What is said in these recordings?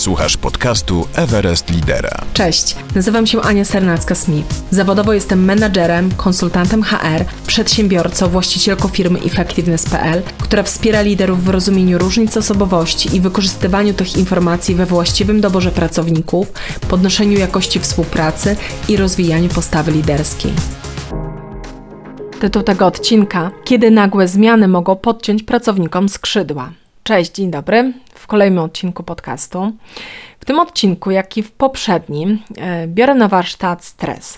Słuchasz podcastu Everest Lidera. Cześć, nazywam się Ania Sernacka-Smith. Zawodowo jestem menadżerem, konsultantem HR, przedsiębiorcą, właścicielką firmy Effectiveness.pl, która wspiera liderów w rozumieniu różnic osobowości i wykorzystywaniu tych informacji we właściwym doborze pracowników, podnoszeniu jakości współpracy i rozwijaniu postawy liderskiej. Tytuł tego odcinka: Kiedy nagłe zmiany mogą podciąć pracownikom skrzydła. Cześć, dzień dobry. W kolejnym odcinku podcastu. W tym odcinku, jak i w poprzednim, biorę na warsztat stres.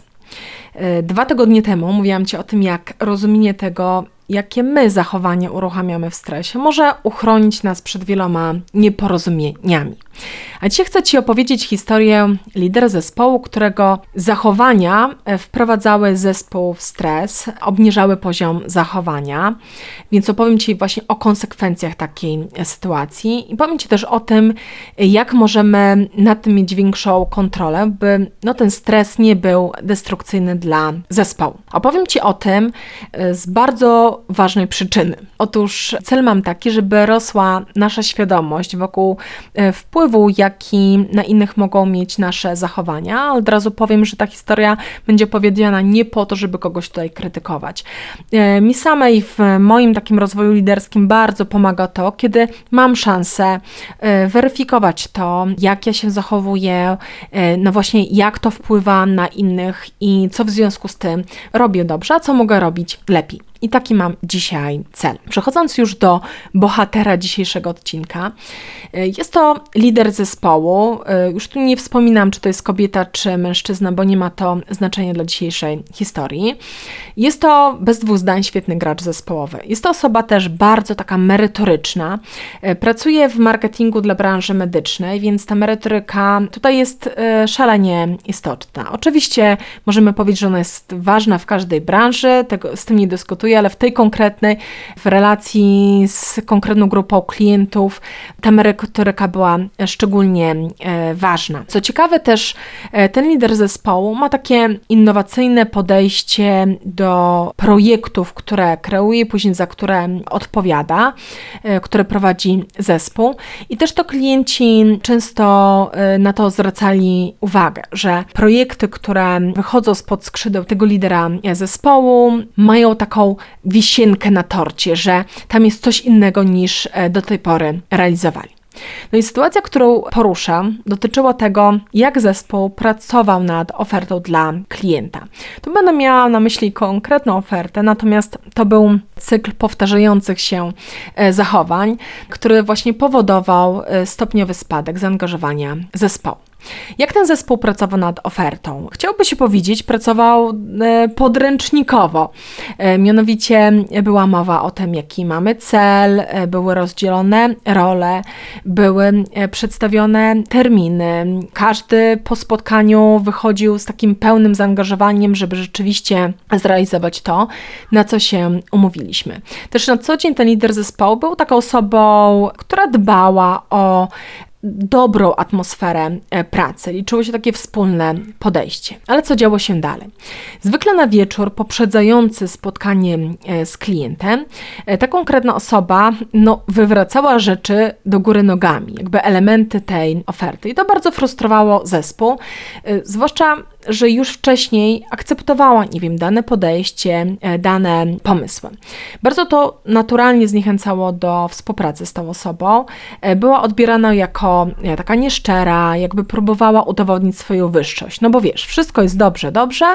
2 tygodnie temu mówiłam Ci o tym, jak rozumienie tego, jakie my zachowania uruchamiamy w stresie, może uchronić nas przed wieloma nieporozumieniami. A dzisiaj chcę Ci opowiedzieć historię lidera zespołu, którego zachowania wprowadzały zespół w stres, obniżały poziom zachowania, więc opowiem Ci właśnie o konsekwencjach takiej sytuacji i powiem Ci też o tym, jak możemy nad tym mieć większą kontrolę, by ten stres nie był destrukcyjny dla zespołu. Opowiem Ci o tym z bardzo ważnej przyczyny. Otóż cel mam taki, żeby rosła nasza świadomość wokół wpływu, jaki na innych mogą mieć nasze zachowania. Od razu powiem, że ta historia będzie opowiedziana nie po to, żeby kogoś tutaj krytykować. Mi samej w moim takim rozwoju liderskim bardzo pomaga to, kiedy mam szansę weryfikować to, jak ja się zachowuję, właśnie jak to wpływa na innych i co w związku z tym robię dobrze, a co mogę robić lepiej. I taki mam dzisiaj cel. Przechodząc już do bohatera dzisiejszego odcinka, jest to lider zespołu. Już tu nie wspominam, czy to jest kobieta, czy mężczyzna, bo nie ma to znaczenia dla dzisiejszej historii. Jest to bez dwóch zdań świetny gracz zespołowy. Jest to osoba też bardzo taka merytoryczna. Pracuje w marketingu dla branży medycznej, więc ta merytoryka tutaj jest szalenie istotna. Oczywiście możemy powiedzieć, że ona jest ważna w każdej branży, z tym nie dyskutuję, ale w tej konkretnej, w relacji z konkretną grupą klientów, ta merytoryka była szczególnie ważna. Co ciekawe też, ten lider zespołu ma takie innowacyjne podejście do projektów, które kreuje, później za które odpowiada, które prowadzi zespół. I też to klienci często na to zwracali uwagę, że projekty, które wychodzą spod skrzydeł tego lidera zespołu, mają taką wisienkę na torcie, że tam jest coś innego niż do tej pory realizowali. No i sytuacja, którą poruszę, dotyczyła tego, jak zespół pracował nad ofertą dla klienta. Tu będę miała na myśli konkretną ofertę, natomiast to był cykl powtarzających się zachowań, który właśnie powodował stopniowy spadek zaangażowania zespołu. Jak ten zespół pracował nad ofertą? Chciałby się powiedzieć, pracował podręcznikowo. Mianowicie była mowa o tym, jaki mamy cel, były rozdzielone role, były przedstawione terminy. Każdy po spotkaniu wychodził z takim pełnym zaangażowaniem, żeby rzeczywiście zrealizować to, na co się umówiliśmy. Też na co dzień ten lider zespołu był taką osobą, która dbała o dobrą atmosferę pracy. Liczyło się takie wspólne podejście. Ale co działo się dalej? Zwykle na wieczór poprzedzający spotkanie z klientem, ta konkretna osoba wywracała rzeczy do góry nogami, jakby elementy tej oferty. I to bardzo frustrowało zespół, zwłaszcza, że już wcześniej akceptowała, dane podejście, dane pomysły. Bardzo to naturalnie zniechęcało do współpracy z tą osobą. Była odbierana jako taka nieszczera, jakby próbowała udowodnić swoją wyższość. No bo wiesz, wszystko jest dobrze,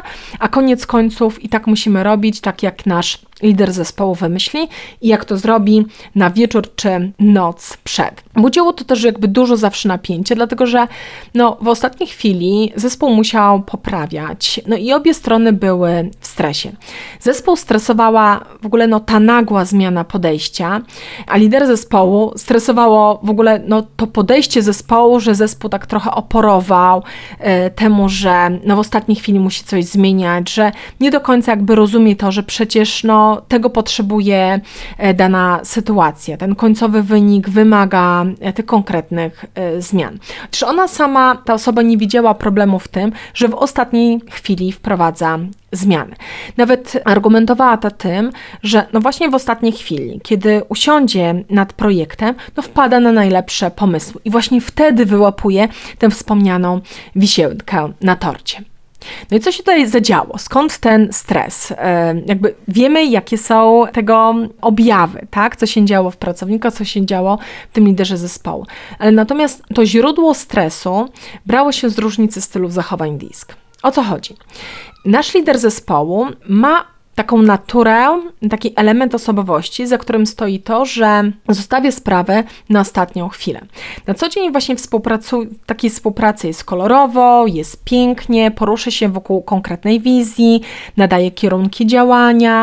a koniec końców i tak musimy robić, tak jak nasz lider zespołu wymyśli i jak to zrobi na wieczór czy noc przed. Budziło to też jakby dużo zawsze napięcie, dlatego że w ostatniej chwili zespół musiał poprawiać, i obie strony były w stresie. Zespół stresowała w ogóle ta nagła zmiana podejścia, a lider zespołu stresowało w ogóle to podejście zespołu, że zespół tak trochę oporował temu, że w ostatniej chwili musi coś zmieniać, że nie do końca jakby rozumie to, że przecież bo tego potrzebuje dana sytuacja. Ten końcowy wynik wymaga tych konkretnych zmian. Czy ona sama, ta osoba, nie widziała problemu w tym, że w ostatniej chwili wprowadza zmiany. Nawet argumentowała to tym, że no właśnie w ostatniej chwili, kiedy usiądzie nad projektem, no wpada na najlepsze pomysły i właśnie wtedy wyłapuje tę wspomnianą wisienkę na torcie. No i co się tutaj zadziało? Skąd ten stres? Jakby wiemy, jakie są tego objawy, tak? Co się działo w pracowniku, co się działo w tym liderze zespołu. Ale natomiast to źródło stresu brało się z różnicy stylów zachowań DISC. O co chodzi? Nasz lider zespołu ma taką naturę, taki element osobowości, za którym stoi to, że zostawia sprawę na ostatnią chwilę. Na co dzień właśnie w takiej współpracy jest kolorowo, jest pięknie, poruszy się wokół konkretnej wizji, nadaje kierunki działania,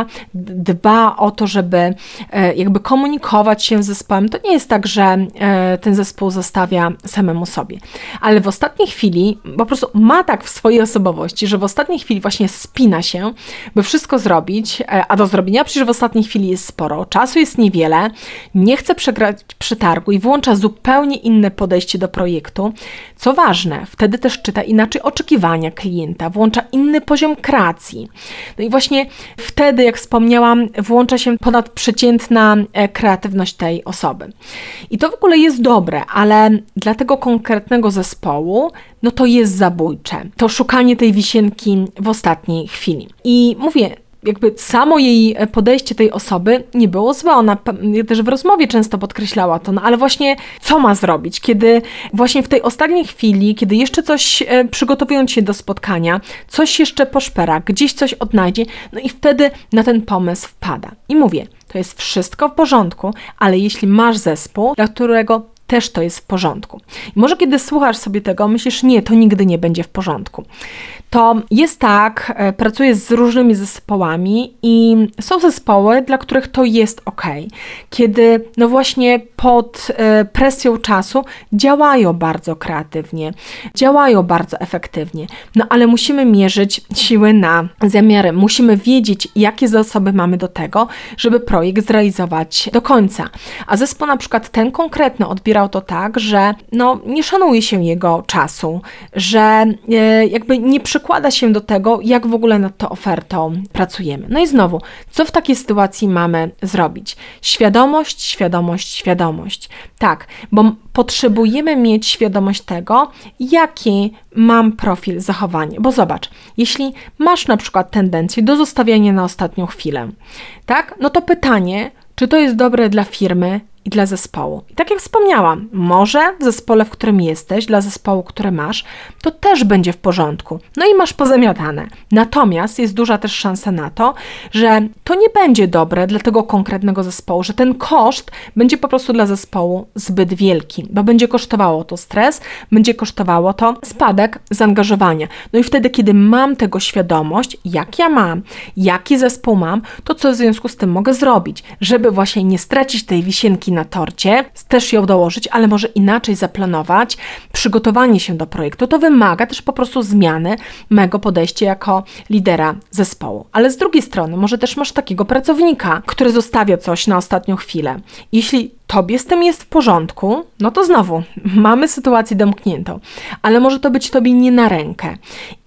dba o to, żeby jakby komunikować się z zespołem. To nie jest tak, że ten zespół zostawia samemu sobie. Ale w ostatniej chwili po prostu ma tak w swojej osobowości, że w ostatniej chwili właśnie spina się, by wszystko zrobić, a do zrobienia przecież w ostatniej chwili jest sporo, czasu jest niewiele, nie chce przegrać przetargu i włącza zupełnie inne podejście do projektu. Co ważne, wtedy też czyta inaczej oczekiwania klienta, włącza inny poziom kreacji. No i właśnie wtedy, jak wspomniałam, włącza się ponadprzeciętna kreatywność tej osoby. I to w ogóle jest dobre, ale dla tego konkretnego zespołu, no to jest zabójcze. To szukanie tej wisienki w ostatniej chwili. I mówię, jakby samo jej podejście tej osoby nie było złe. Ona też w rozmowie często podkreślała to, no ale właśnie co ma zrobić, kiedy właśnie w tej ostatniej chwili, kiedy jeszcze coś przygotowując się do spotkania, coś jeszcze poszpera, gdzieś coś odnajdzie, no i wtedy na ten pomysł wpada. I mówię, to jest wszystko w porządku, ale jeśli masz zespół, dla którego też to jest w porządku. I może kiedy słuchasz sobie tego, myślisz, nie, to nigdy nie będzie w porządku. To jest tak, pracuję z różnymi zespołami i są zespoły, dla których to jest ok. Kiedy no właśnie pod presją czasu działają bardzo kreatywnie, działają bardzo efektywnie, no ale musimy mierzyć siły na zamiary. Musimy wiedzieć, jakie zasoby mamy do tego, żeby projekt zrealizować do końca. A zespół na przykład ten konkretny odbierał to tak, że no nie szanuje się jego czasu, że jakby nie przykłada się do tego, jak w ogóle nad tą ofertą pracujemy. No i znowu, co w takiej sytuacji mamy zrobić? Świadomość, świadomość, świadomość. Tak, bo potrzebujemy mieć świadomość tego, jaki mam profil zachowania. Bo zobacz, jeśli masz na przykład tendencję do zostawiania na ostatnią chwilę, tak? No to pytanie, czy to jest dobre dla firmy i dla zespołu. I tak jak wspomniałam, może w zespole, w którym jesteś, dla zespołu, który masz, to też będzie w porządku. No i masz pozamiatane. Natomiast jest duża też szansa na to, że to nie będzie dobre dla tego konkretnego zespołu, że ten koszt będzie po prostu dla zespołu zbyt wielki, bo będzie kosztowało to stres, będzie kosztowało to spadek zaangażowania. No i wtedy, kiedy mam tego świadomość, jak ja mam, jaki zespół mam, to co w związku z tym mogę zrobić, żeby właśnie nie stracić tej wisienki na torcie, też ją dołożyć, ale może inaczej zaplanować przygotowanie się do projektu. To wymaga też po prostu zmiany mego podejścia jako lidera zespołu. Ale z drugiej strony, może też masz takiego pracownika, który zostawia coś na ostatnią chwilę. Jeśli tobie z tym jest w porządku, no to znowu mamy sytuację domkniętą, ale może to być tobie nie na rękę.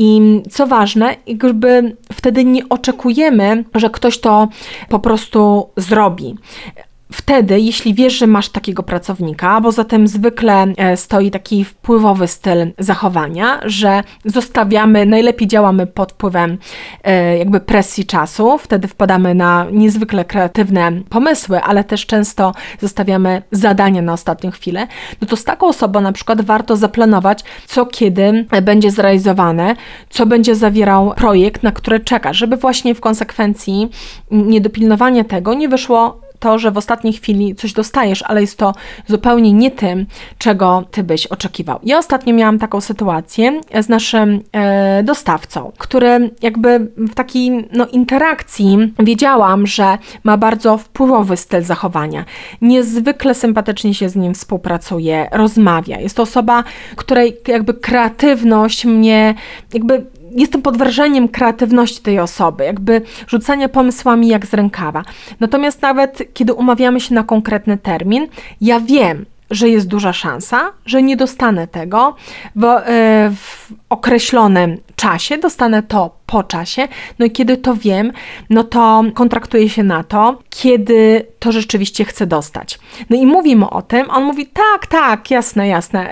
I co ważne, jakby wtedy nie oczekujemy, że ktoś to po prostu zrobi. Wtedy, jeśli wiesz, że masz takiego pracownika, bo za tym zwykle stoi taki wpływowy styl zachowania, że zostawiamy, najlepiej działamy pod wpływem jakby presji czasu, wtedy wpadamy na niezwykle kreatywne pomysły, ale też często zostawiamy zadania na ostatnią chwilę, no to z taką osobą na przykład warto zaplanować, co kiedy będzie zrealizowane, co będzie zawierał projekt, na który czekasz, żeby właśnie w konsekwencji niedopilnowania tego nie wyszło to, że w ostatniej chwili coś dostajesz, ale jest to zupełnie nie tym, czego ty byś oczekiwał. Ja ostatnio miałam taką sytuację z naszym dostawcą, który jakby w takiej interakcji wiedziałam, że ma bardzo wpływowy styl zachowania. Niezwykle sympatycznie się z nim współpracuje, rozmawia. Jest to osoba, której jakby kreatywność mnie jakby jestem pod wrażeniem kreatywności tej osoby, jakby rzucania pomysłami jak z rękawa. Natomiast nawet kiedy umawiamy się na konkretny termin, ja wiem, że jest duża szansa, że nie dostanę tego w określonym czasie, dostanę to po czasie, no i kiedy to wiem, no to kontraktuję się na to, kiedy to rzeczywiście chcę dostać. No i mówimy o tym, on mówi tak, jasne,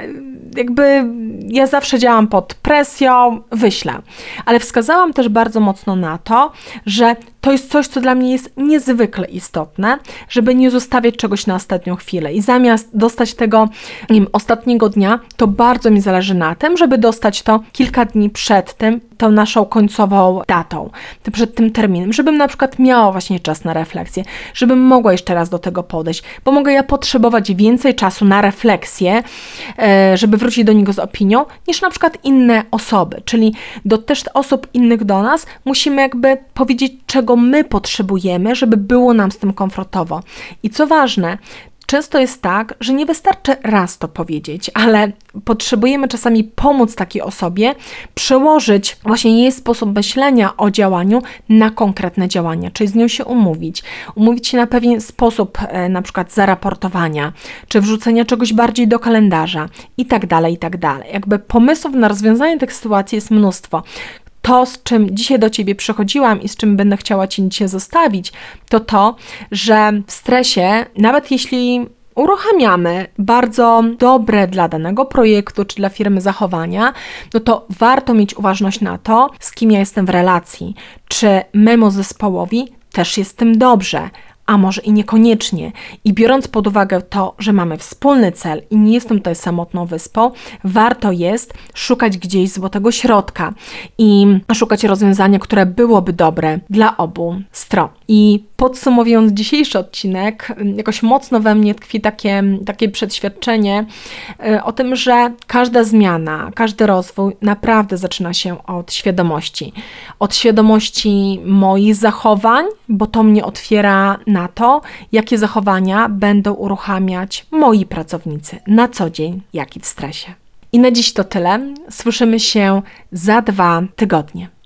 jakby ja zawsze działam pod presją, wyślę. Ale wskazałam też bardzo mocno na to, że to jest coś, co dla mnie jest niezwykle istotne, żeby nie zostawiać czegoś na ostatnią chwilę i zamiast dostać tego, nie wiem, ostatniego dnia, to bardzo mi zależy na tym, żeby dostać to kilka dni przed tym, tą naszą końcową datą, przed tym terminem, żebym na przykład miała właśnie czas na refleksję, żebym mogła jeszcze raz do tego podejść, bo mogę ja potrzebować więcej czasu na refleksję, żeby wrócić do niego z opinią, niż na przykład inne osoby, czyli do też osób innych do nas musimy jakby powiedzieć, czego my potrzebujemy, żeby było nam z tym komfortowo. I co ważne, często jest tak, że nie wystarczy raz to powiedzieć, ale potrzebujemy czasami pomóc takiej osobie przełożyć właśnie jej sposób myślenia o działaniu na konkretne działania, czyli z nią się umówić się na pewien sposób na przykład zaraportowania, czy wrzucenia czegoś bardziej do kalendarza i tak dalej. Jakby pomysłów na rozwiązanie tych sytuacji jest mnóstwo. To, z czym dzisiaj do Ciebie przychodziłam i z czym będę chciała Cię dzisiaj zostawić, to, że w stresie, nawet jeśli uruchamiamy bardzo dobre dla danego projektu czy dla firmy zachowania, no to warto mieć uważność na to, z kim ja jestem w relacji, czy memu zespołowi też jest z tym dobrze, a może i niekoniecznie. I biorąc pod uwagę to, że mamy wspólny cel i nie jestem tutaj samotną wyspą, warto jest szukać gdzieś złotego środka i szukać rozwiązania, które byłoby dobre dla obu stron. I podsumowując dzisiejszy odcinek, jakoś mocno we mnie tkwi takie przeświadczenie o tym, że każda zmiana, każdy rozwój naprawdę zaczyna się od świadomości. Od świadomości moich zachowań, bo to mnie otwiera na to, jakie zachowania będą uruchamiać moi pracownicy na co dzień, jak i w stresie. I na dziś to tyle. Słyszymy się za 2 tygodnie.